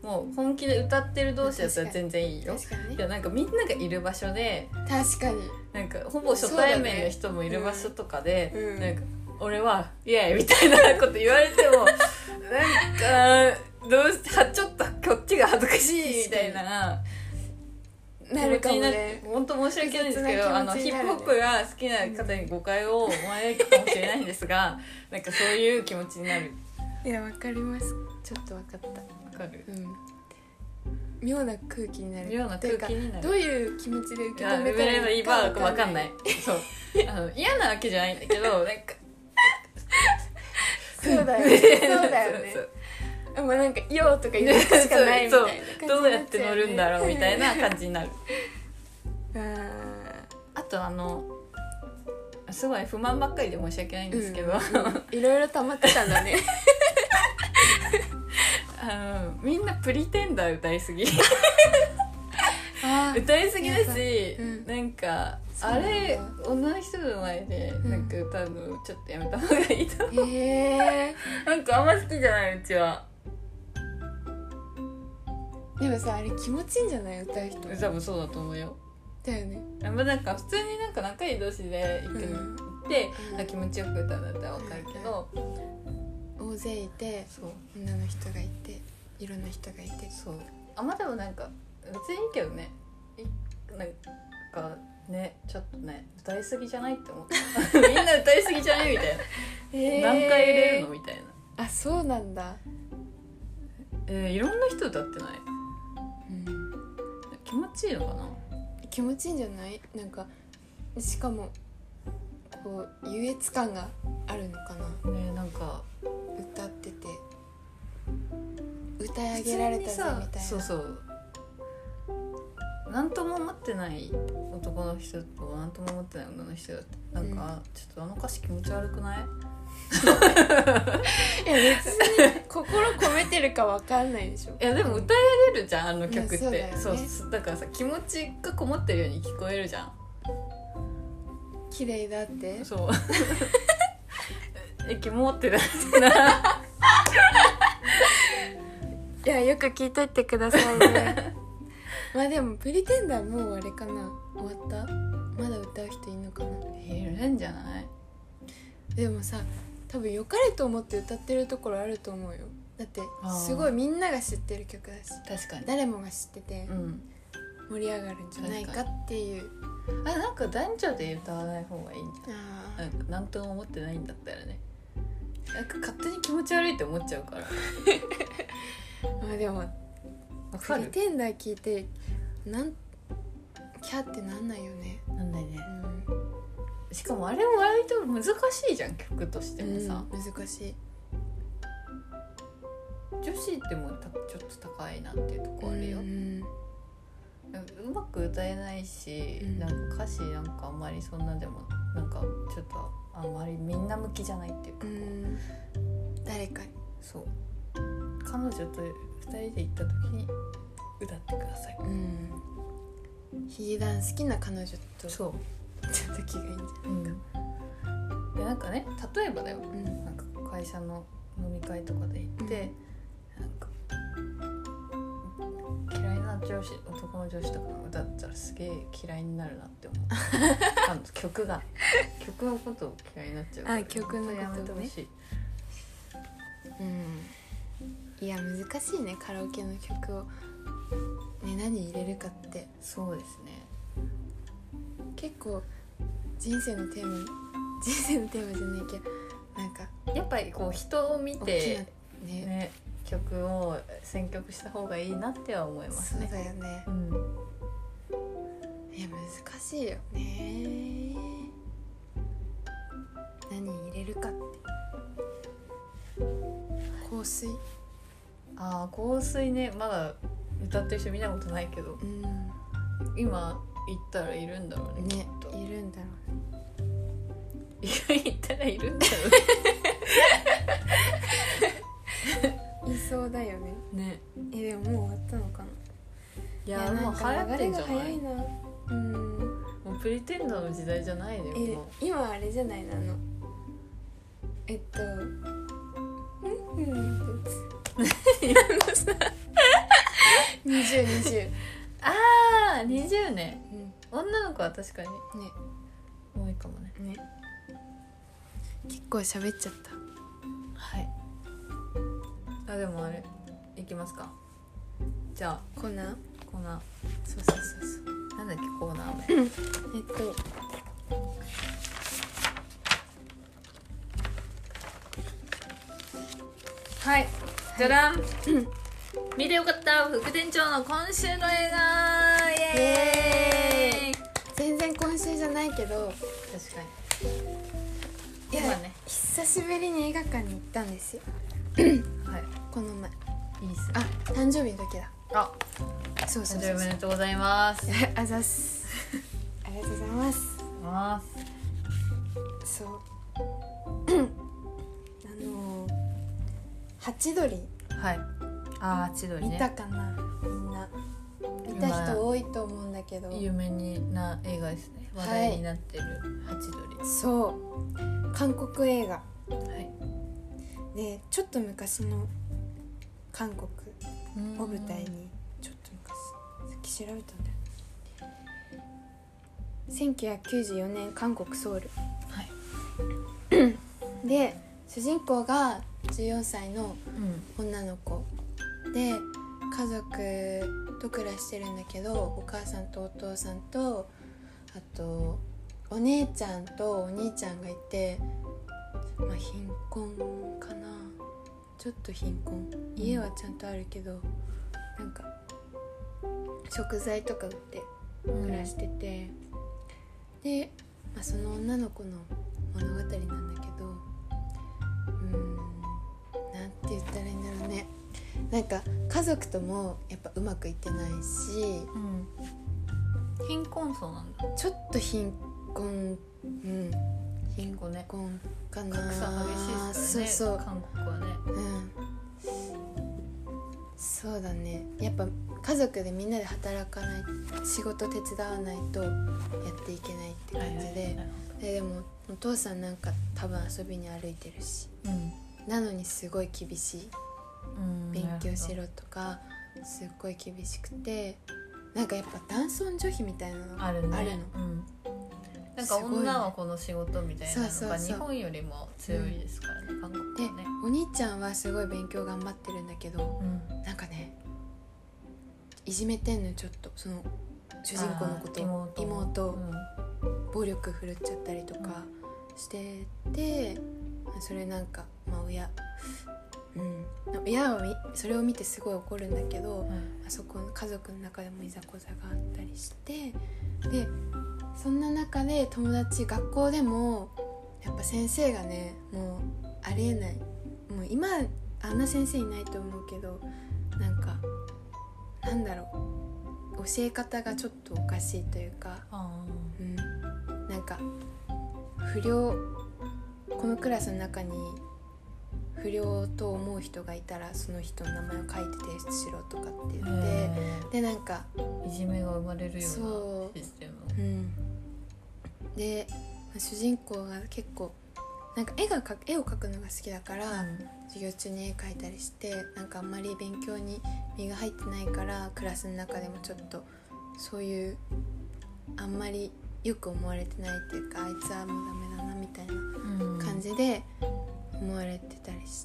もう本気で歌ってる同士だったら全然いいよ。 確かにね。 いやなんかみんながいる場所で確かになんかほぼ初対面の人もいる場所とかで、 うんうん、 なんか俺はイエーイみたいなこと言われてもなんかどうしはちょっとこっちが恥ずかしいみたいななるかもね。 本当申し訳ないんですけど、 ね、 あのヒップホップが好きな方に誤解を招くかもしれないんですがなんかそういう気持ちになる。 いやわかります。ちょっとわかった。 わかる、 うん、妙な空気になる。 妙な空気になる。 どういう気持ちで受け止めたららいいかわかんない。そうあの嫌なわけじゃないんだけどなんかそうだよね。そうだよね。もうなんか「よ」とか言うしかないみたいな感じ、ね、 どうやって乗るんだろうみたいな感じになるあ, あとあのすごい不満ばっかりで申し訳ないんですけど、 うんうん、いろいろ溜まってたんだねあのみんなプリテンダー歌いすぎ歌いすぎだし、うん、なんかあれ女の人の前でなんか歌うのちょっとやめた方がいいと思う、 へーなんかあんま好きじゃないうちは。 でもさあれ気持ちいいんじゃない歌う人。 多分そうだと思うよ。 だよね。 まあなんか普通になんか仲いい同士で行くのって、うん、気持ちよく歌うんだったら分かるけど、 うん、大勢いて女の人がいていろんな人がいてそうあまあでもなんか別にいいけどねなんかねちょっとね歌いすぎじゃないって思ったみんな歌いすぎじゃないみたいな、えー、何回入れるのみたいな。 あそうなんだ。 えー、いろんな人歌ってない、 うん、 気持ちいいのかな。 気持ちいいんじゃない。なんかしかもこう優越感があるのかな。 ねなんか歌ってて歌い上げられたぜみたいな。 そうそうなんとも思ってない男の人となんとも思ってない女の人だってなんか、うん、ちょっとあの歌詞気持ち悪くないいや別に心込めてるか分かんないでしょ。 いやでも歌い上げるじゃんあの曲って。そうだよね。そうだからさ気持ちがこもってるように聞こえるじゃん。 綺麗だってそうえキモってなってないやよく聞いといてくださいねまあでもプリテンダーもうあれかな終わった。まだ歌う人いるのかな。 いるんじゃない。 でもさ多分良かれと思って歌ってるところあると思うよ。だってすごいみんなが知ってる曲だし確かに誰もが知ってて盛り上がるんじゃないかっていう、 うん、あなんか男女で歌わない方がいいんじゃない。なんか何とも思ってないんだったらねなんか勝手に気持ち悪いって思っちゃうからまあでもプリテンダー聞いてなんキャってなんないよね。 なんないね、 うん、 しかもあれも割と難しいじゃん曲としてもさ、 うん、難しい。 女子ってもたちょっと高いなっていうとこあるよ、うん、うまく歌えないし、うん、なんか歌詞なんかあんまりそんなでもなんかちょっとあんまりみんな向きじゃないっていうかこう、うん、 誰かにそう彼女とふたりで行った時に歌ってください、 うん、ヒゲダン好きな彼女とそうちょっと気がいいんじゃないか、うん、 でなんかね例えばだよ、うん、なんか会社の飲み会とかで行って、うん、なんか嫌いな上司男の上司とかが歌ったらすげえ嫌いになるなって思うあの曲が曲のことを嫌いになっちゃうからあ曲のことやめてほしい、 うん、いや難しいねカラオケの曲を、ね、何入れるかって。 そうですね結構人生のテーマ人生のテーマじゃないけどなんかやっぱりこう人を見て、 ねね、曲を選曲した方がいいなっては思いますね。 そうだよね、 うん、 いや難しいよね何入れるかって。香水ああ香水ねまだ歌ってる人見たことないけど、うん、今行ったらいるんだろうねねきっといるんだろうね行ったらいるんだろうねいそうだよね。 ねえでももう終わったのかな。 いや、いやもう流行ってんじゃない。 流れが早いな。うん。 もうプリテンダーの時代じゃないのよ。 え今あれじゃないのあのえっとうんうんってやつにじゅう、にじゅうあーにじゅうね、 うん、 女の子は確かにね多いかもね。 ね結構喋っちゃった。 はい。あでもあれいきますか。じゃあコーナーコーナーそうそうそうそうなんだっけコーナー名えっとはいじゃらん見てよかった副店長の今週の映画イエーイ。 全然今週じゃないけど確かにいや今ね久しぶりに映画館に行ったんですよはいこの前。 いいっすね。 あ誕生日の時だ。 あそうそう誕生日おそうそうめでとうございますあざっすありがとうございます。 ますそうあのー、ハチドリはいあー千鳥ね見たかな、みんな見た人多いと思うんだけど、 有名な映画ですね。話題になってるハチドリ。 そう韓国映画はいでちょっと昔の韓国を舞台にちょっと昔さっき調べたんだよせんきゅうひゃくきゅうじゅうよねん韓国ソウルはいで主人公がじゅうよんさいのうん女の子で家族と暮らしてるんだけどお母さんとお父さんとあとお姉ちゃんとお兄ちゃんがいて、まあ、貧困かなちょっと貧困家はちゃんとあるけどなんか食材とか売って暮らしてて、で、まあ、その女の子の物語なんだけどうーんなんて言ったらいいんだろうね。なんか家族ともやっぱうまくいってないし、 うん貧困層なんだ。 ちょっと貧困、うん貧困ね困かな。 格差激しいですからね。 そうそう韓国はね。 うんそうだね。やっぱ家族でみんなで働かない仕事手伝わないとやっていけないって感じで、 はいはいはいで, でもお父さんなんか多分遊びに歩いてるし、 うんなのにすごい厳しい。 うん勉強しろとかすっごい厳しくて、なんかやっぱ男尊女卑みたいなのがあるね。 あるの。 うんなんか女はこの仕事みたいなのそうそうそうが日本よりも強いですからね、うん、韓国ではね。 お兄ちゃんはすごい勉強頑張ってるんだけど、 うんなんかねいじめてんのちょっとその主人公のこと妹妹、 うん暴力振るっちゃったりとかしてて、それなんかまあ親うん親はそれを見てすごい怒るんだけど、 うんあそこの家族の中でもいざこざがあったりして、でそんな中で友達学校でもやっぱ先生がねもうありえない、もう今あんな先生いないと思うけど、なんかなんだろう教え方がちょっとおかしいというか、 あうん、なんか不良このクラスの中に不良と思う人がいたらその人の名前を書いて提出しろとかって言ってでなんかいじめが生まれるようなそうシステム。 うんで主人公が結構なんか絵が描く絵を描くのが好きだから、 うん授業中に絵描いたりしてなんかあんまり勉強に身が入ってないからクラスの中でもちょっとそういうあんまりよく思われてないっていうかあいつはもうダメだなみたいな感じで思われてたりして、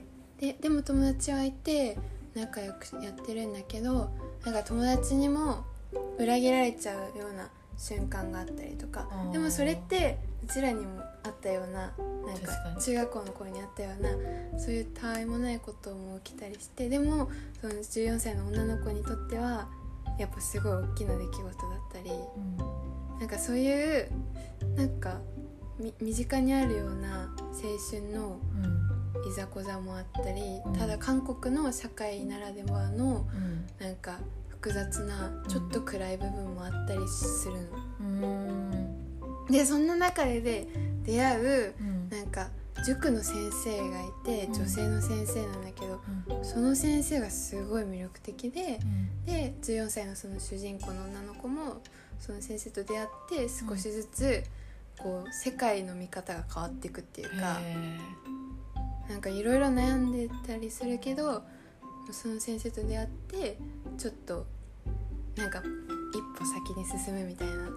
で, でも友達はいて仲良くやってるんだけど、なんか友達にも裏切られちゃうような瞬間があったりとか、でもそれってうちらにもあったような、なんか中学校の頃にあったようなそういうたわいもないことも起きたりして、でもそのじゅうよんさいの女の子にとってはやっぱすごい大きな出来事だったり、 うんなんかそういうなんか身近にあるような青春のいざこざもあったり、 うん、 ただ韓国の社会ならではのうんなんか複雑なちょっと暗い部分もあったりするの、 うんでそんな中でで出会ううんなんか塾の先生がいて、女性の先生なんだけど、 うん、 その先生がすごい魅力的で、 うん、 でじゅうよんさいのその主人公の女の子もその先生と出会って少しずつこう世界の見方が変わっていくっていうか、なんかいろいろ悩んでたりするけどその先生と出会ってちょっとなんか一歩先に進むみたいな。 面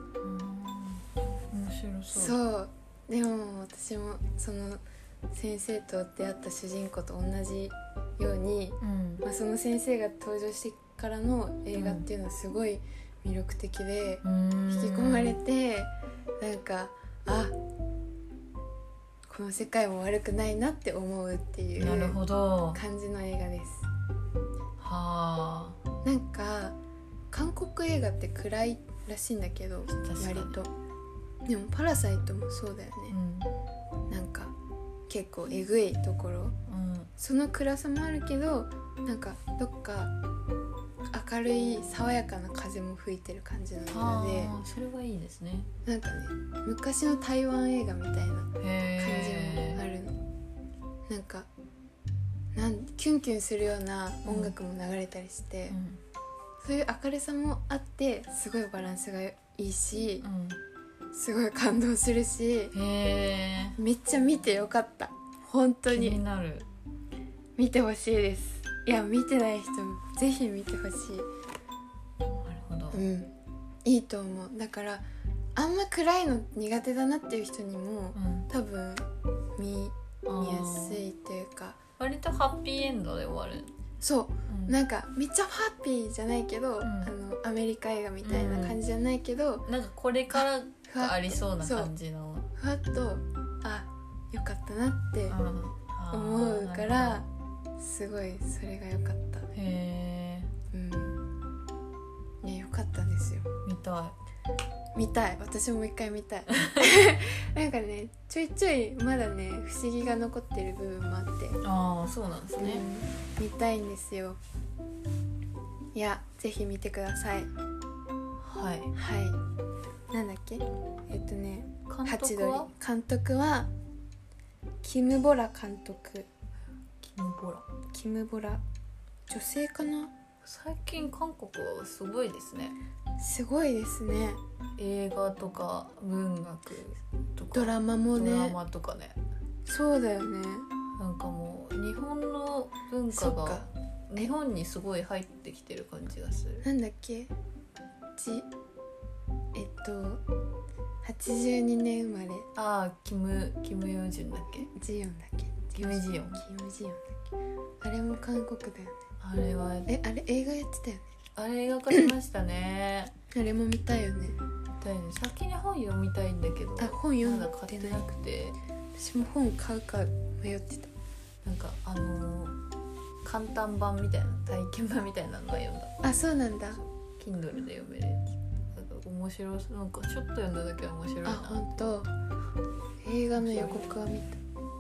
白そう。 そうでも私もその先生と出会った主人公と同じように、 うんまあ、その先生が登場してからの映画っていうのはすごい魅力的で、 うん引き込まれてなんかあこの世界も悪くないなって思うっていうなるほど。 感じの映画です。 はあ。 なんか韓国映画って暗いらしいんだけど確かに割とでもパラサイトもそうだようね、 んなんか結構えぐいところ、 うんその暗さもあるけどなんかどっか明るい爽やかな風も吹いてる感じの映画で、 あーそれはいいですね。 なんかね昔の台湾映画みたいな感じもへあるの。なんかなんキュンキュンするような音楽も流れたりして、 ーうんそういう明るさもあってすごいバランスがいいしうすごい感動するしん、へえ。 めっちゃ見てよかった。本当気にになる。 見てほしいです。いや見てない人もぜひ見てほしい。 なるほど。 うんいいと思う。だからあんま暗いの苦手だなっていう人にもうん多分見あー見やすいというか、 割とハッピーエンドで終わる。 そううんなんかめっちゃハッピーじゃないけど、 んあのアメリカ映画みたいな感じじゃないけど、 なんかこれからふわがありそうな感じの。 ふわっとあよかったなってうんあー思うかなるらすごいそれが良かった。 ほど。へえ。 うんいや良かったですよ。 見たい。 見たい。私もう一回見たいなんかねちょいちょいまだね不思議が残ってる部分もあって、 ああそうなんですね。 うん見たいんですよ。いやぜひ見てください。 はい。 はいなんだっけえっとね監ハチドリ督は監督はキム・ボラ監督。 キム・ボラ。 キム・ボラ女性かな。 最近韓国はすごいですね。 すごいですね。 映画とか文学とかドラマもねドラマとかね。 そうだよね。 なんかもう日本の文化がそっか日本にすごい入ってきてる感じがする。 なんだっけじえっとはちじゅうにねん生まれああキムキムヨジュンだっけ。 ジヨンだっけ。 キムジヨン。 キムジヨンだっけ。あれも韓国だよね。 あれはえあれ映画やってたよね。 あれ映画化しましたね。 あれも見たいよね。 見たいね。先に本読みたいんだけどあ本読んでまだ買ってなくて、 私も本買うか迷ってた。 なんかあのー簡単版みたいな体験版みたいなのは読んだ。 あそうなんだ。 Kindle で読めるやつ。なんか面白そう。なんかちょっと読んだだけは面白いな。 あ本当。映画の予告は見た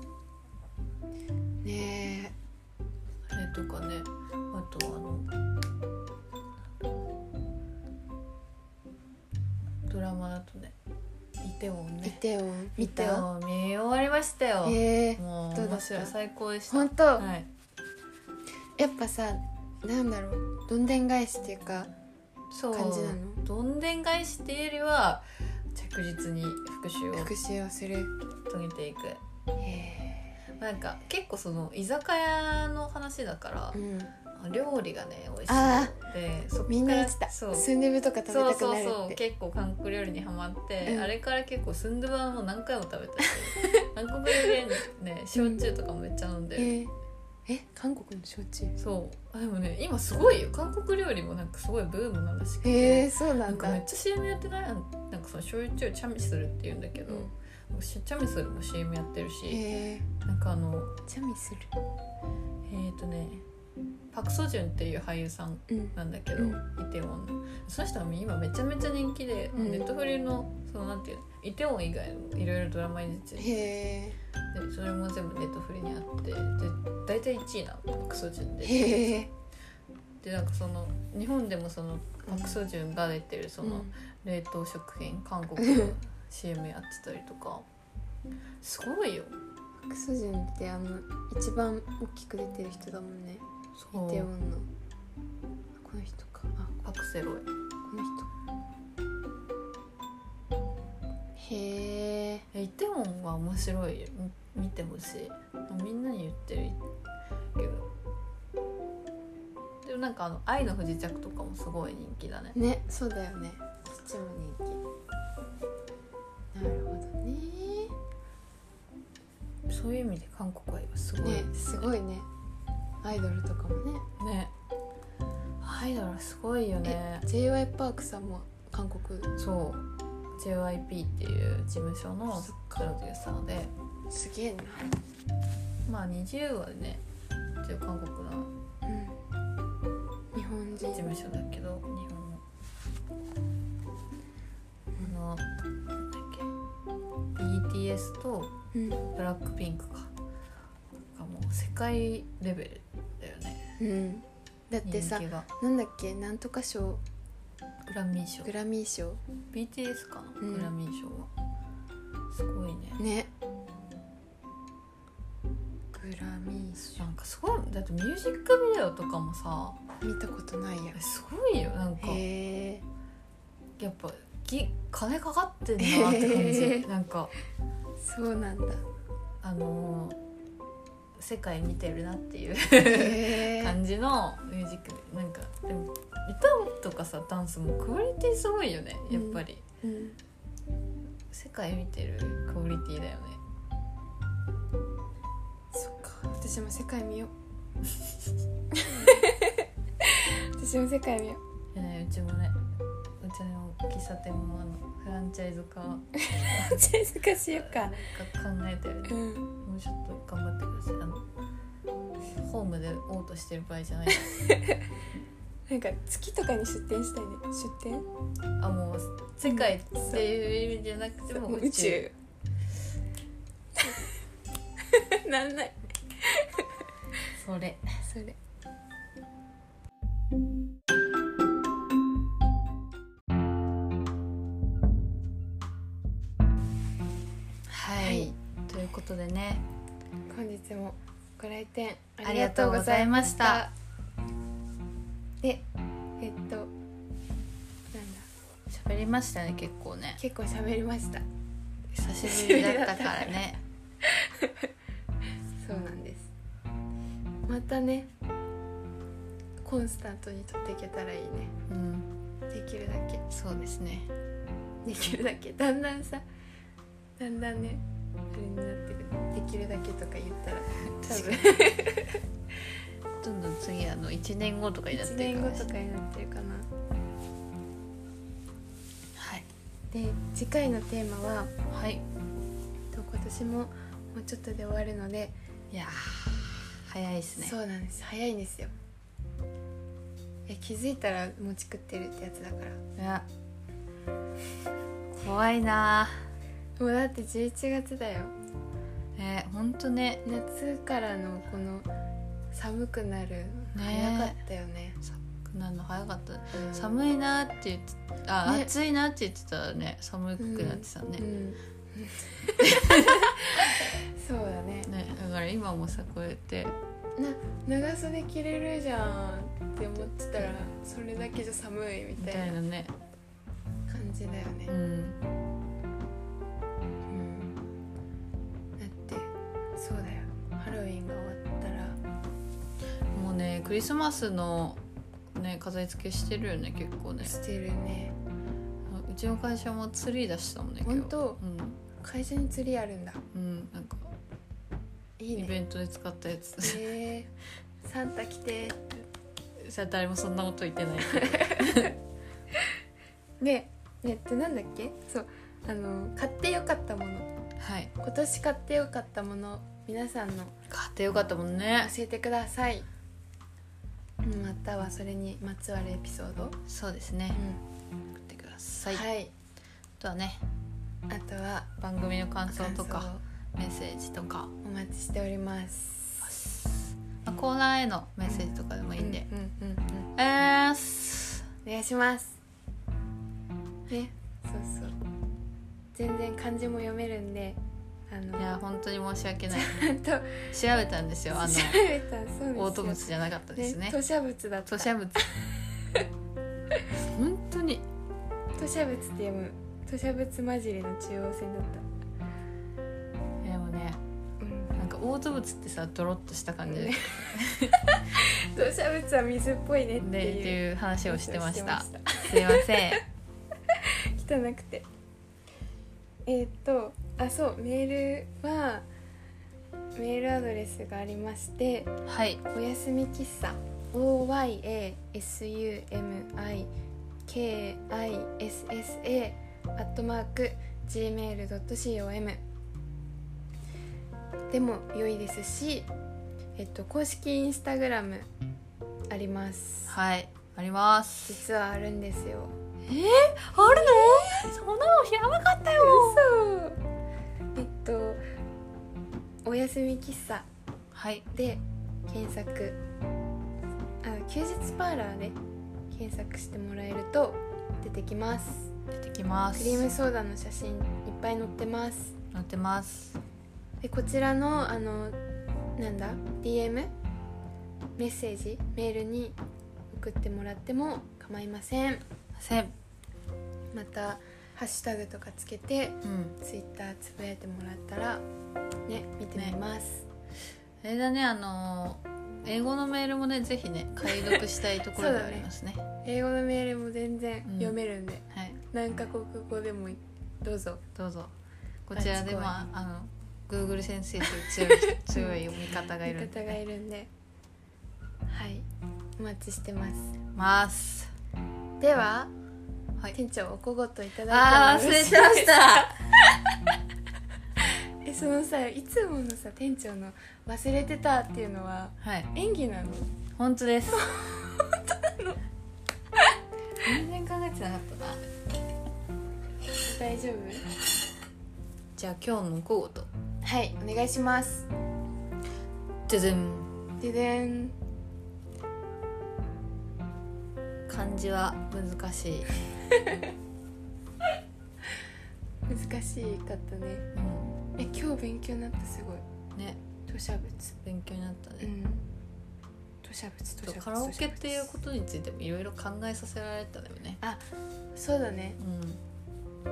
ねあれとかね。あとあのドラマだとねイテウォンえ。イね。 テウォン見イテウた。 ォン見終わりましたよ。 えー、 もうどうだった面白い。最高でした。 本当、 はい。 やっぱさなんだろうどんでん返しっていうかそう感じなの。 どんでん返しっていうよりは着実に復讐を復讐をする。 遂げていく。 へなんか結構その居酒屋の話だからー、うん料理がね美味しあいで、そっからみんな言ってた。 そうスンドゥブとか食べそうたくなるそうそうって。 結構韓国料理にハマって、 うんあれから結構スンドゥブはもう何回も食べたし韓国料理ね焼酎とかもめっちゃ飲んでる、 えー、え韓国の焼酎。 そうあでもね今すごいよ韓国料理もなんかすごいブームならしくて、 へえー、そうななんんだ。 かめっちゃ シーエム やってないなんかその焼酎チャミスルって言うんだけど、チャミスルも シーエム やってるし、 へえなんかあのー、チャミする。 えっ、ー、とねパク・ソジュンっていう俳優さんうんなんだけど、 うんイテウォンのその人は今めちゃめちゃ人気で、 うんネットフリのそのなんていうのイテウォン以外のいろいろドラマに出てて、 へえでそれも全部ネットフリにあってで大体いちいなのパク・ソジュンでへえでなんかその日本でもそのパク・ソジュンが出てるその冷凍食品韓国の シーエム やってたりとかすごいよ。 クソジュンってあの一番大きく出てる人だもんね。 そうイテウォンのこの人か。あパク・セロイ。 この人。へえイテウォンは面白いよ。見てほしい。みんなに言ってるけどでもなんかあの愛の不時着とかもすごい人気だね。 ね、そうだよね、そっちも人気。なるほどね。 そういう意味で韓国愛はすごいね、すごいね。アイドルとかもね。 ね、アイドルすごいよね。 ジェイワイ パークさんも韓国。 そう ジェイワイピー っていう事務所のプロデューサーで、 すげえな。 まあにじゅうはね一応韓国のうん、日本人事務所だけど、日本のあのなんだっけ ビーティーエス とうん、 ブラックピンクかがもう世界レベルだよね。 うん、だってさ、 人気がなんだっけ、なんとか賞、 グラミー賞、 グラミー賞ビーティーエス かな、 うんグラミー賞はすごいね。 ね。グラミー賞なんかすごい、だってミュージックビデオとかもさ見たことないや。 すごいよ。なんかへえ。 やっぱき金かかってんなって感じ、 へーなんかそうなんだ。 あのー世界見てるなっていうへえ。 感じのミュージックで、なんかでも歌とかさダンスもクオリティすごいよね、やっぱり、 うん、 世界見てるクオリティだよね。 そっか、私も世界見よう。私も世界見よいやね、うちもね、うちの喫茶店もあのフランチャイズ化う。じゃあ難しいよか。 考えてるね、 うん。 もうちょっと頑張ってください。あのホームでオートしてる場合じゃないなんか月とかに出店したいね。出店？ あ、もう世界っていう意味じゃなくても宇宙。 なんない。 それそれ。 はい、 はい、 ということでね、 本日もご来店ありがとうございました。 で、えっとなんだ、 喋りましたね、結構ね。 結構喋りました。 久しぶりだったからね。 そうなんです。またね、コンスタントに撮っていけたらいいね。 うん、 できるだけ。 そうですね。 できるだけ。だんだんさ、だんだんね、あれになってくる。できるだけとか言ったら多分どんどん次あのいちねんごとかになっていちねんごるかもしれない。 とかになってるかな。 はい、 で、次回のテーマは、 はい、 と今年ももうちょっとで終わるので、 いやー早いですね。 そうなんです、早いんですよ。え、気づいたら餅食ってるってやつだから。 いや怖いな。 もうだってじゅういちがつだよ。 ね、ほんとね。 夏からのこの寒くなる早かったよね。 寒くなるの早かった、 うん、 寒いなって言ってあ、 ね、 暑いなって言ってたらね、寒くなってたね、 うんうん、そうだね。 ね、だから今もさこうやってな長袖着れるじゃんって思ってたらそれだけじゃ寒いみみたいなたいなね、 感じだよね。 うん、 うん、だってそうだよ、ハロウィンが終わったらもうねクリスマスのね飾り付けしてるよね、結構ね。 してるね。 うちの会社もツリー出したもんね、今日。 本当、 うん、 会社にツリーあるんだ。 うん、なんかいいね。 イベントで使ったやつ。 えー、サンタ来て。 じゃあ誰もそんなこと言ってないけど。 で、えっとなんだっけ、そうあの買ってよかったもの、 はい、 今年買ってよかったもの、皆さんの買ってよかったもんね。 教えてください。またはそれにまつわるエピソード、 そうですね、 う送ってください。 ん、はい。 あとはね、 あとは番組の感想と感かメッセージとか、 想お待ちしております。 まあ、コーナーへのメッセージとかでもいいんで、 うんうんうんうん、 えーすお願いしますね。そうそう、全然漢字も読めるんで、あのいや本当に申し訳ない。 ちゃんと調べたんですよ、あの調べた。そうですよ、 オート物じゃなかったですね。 吐砂物だった。 吐砂物。本当に吐砂物って読む。吐砂物混じりの中央線だっでもね、 た。うん、 なんか嘔吐物ってさドロッとした感じで、ね、 土砂物は水っぽいねっていう、 でっていう話をしてました。 してましたすいません汚くて。えー、っとあそうメールはメールアドレスがありまして、 はい、 おやすみ喫茶 オーワイエーエスユーエムアイケーアイエスエスエー アットマーク ジーメールドットコム でも良いですし、えっと、公式インスタグラムあります。 はい、あります。 実はあるんですよ。 えー、あるの？そんなの知らなかったよ。 嘘。えっとおやすみ喫茶で検索、あ休日パーラーで検索してもらえると出てきます。 出てきます。 クリームソーダの写真いっぱい載ってます。 載ってます。 でこちらのあのなんだ ディーエム メッセージメールに送ってもらっても構いません。 せんまたハッシュタグとかつけて、 うん、 ツイッターつぶやいてもらったらね見てみます、 ね、あれだね、あの英語のメールもねぜひね解読したいところでありますね。 ね英語のメールも全然読めるんで、 うん、はい、 何カ国語でもどうぞどうぞ。こちらでまああの Google 先生と強い強い読み方がいるんで、 味方がいるんで、はいお待ちしてますます。 では、 はい、 店長お小言いただいたら、あー忘れてましたえそのさいつものさ店長の忘れてたっていうのは、 はい、 演技なの？ 本当です本当なの？ 全然考えてなかったな。 大丈夫？ じゃあ今日の小言、 はいお願いします。 ででんででん漢字は難しい難しかったね、うん、え今日勉強になった。すごいね。吐砂物勉強になったね、うん、 吐砂物吐砂物カラオケっていうことについてもいろいろ考えさせられたんだよね。 あそうだね、うん、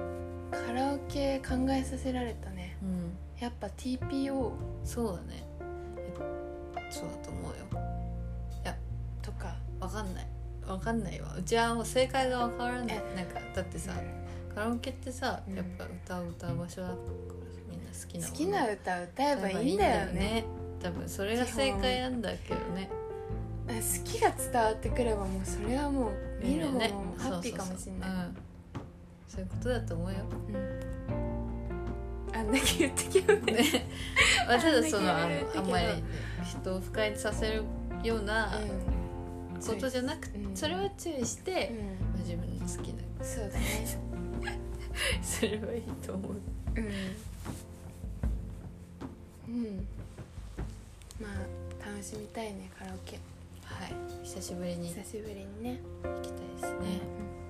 カラオケ考えさせられたね、うん、やっぱ ティーピーオーそうだね。そうだと思うよ。いやとかわかんないわかんないわ。うちはもう正解がわからない。なんかだってさ、うん、カラオケってさやっぱ歌を歌う場所だからみんな好きな好きな歌歌えばいいんだよね。 多分それが正解なんだけどね。 好きが伝わってくればもうそれはもう見る方もハッピーかもしれない。 そういうことだと思うよ、 うん、あんだけ言ってきよねねまあ、ただそのあのあんまり人を不快にさせるようなことじゃなくて、うん、それは注意して、うん、自分の好きなそうだねすればいいと思う。 うん、うん、まあ楽しみたいねカラオケ。 はい、久しぶりに久しぶりにね行きたいですね、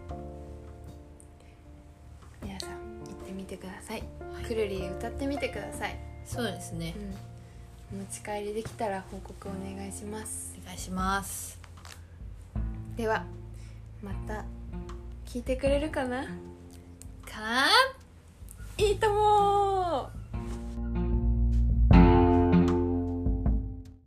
うん、皆さん行ってみてください、はい、くるり歌ってみてください。 そうですね、 うん、お持ち帰りできたら報告お願いします。 お願いします。 ではまた聞いてくれるかなかな。 いいとも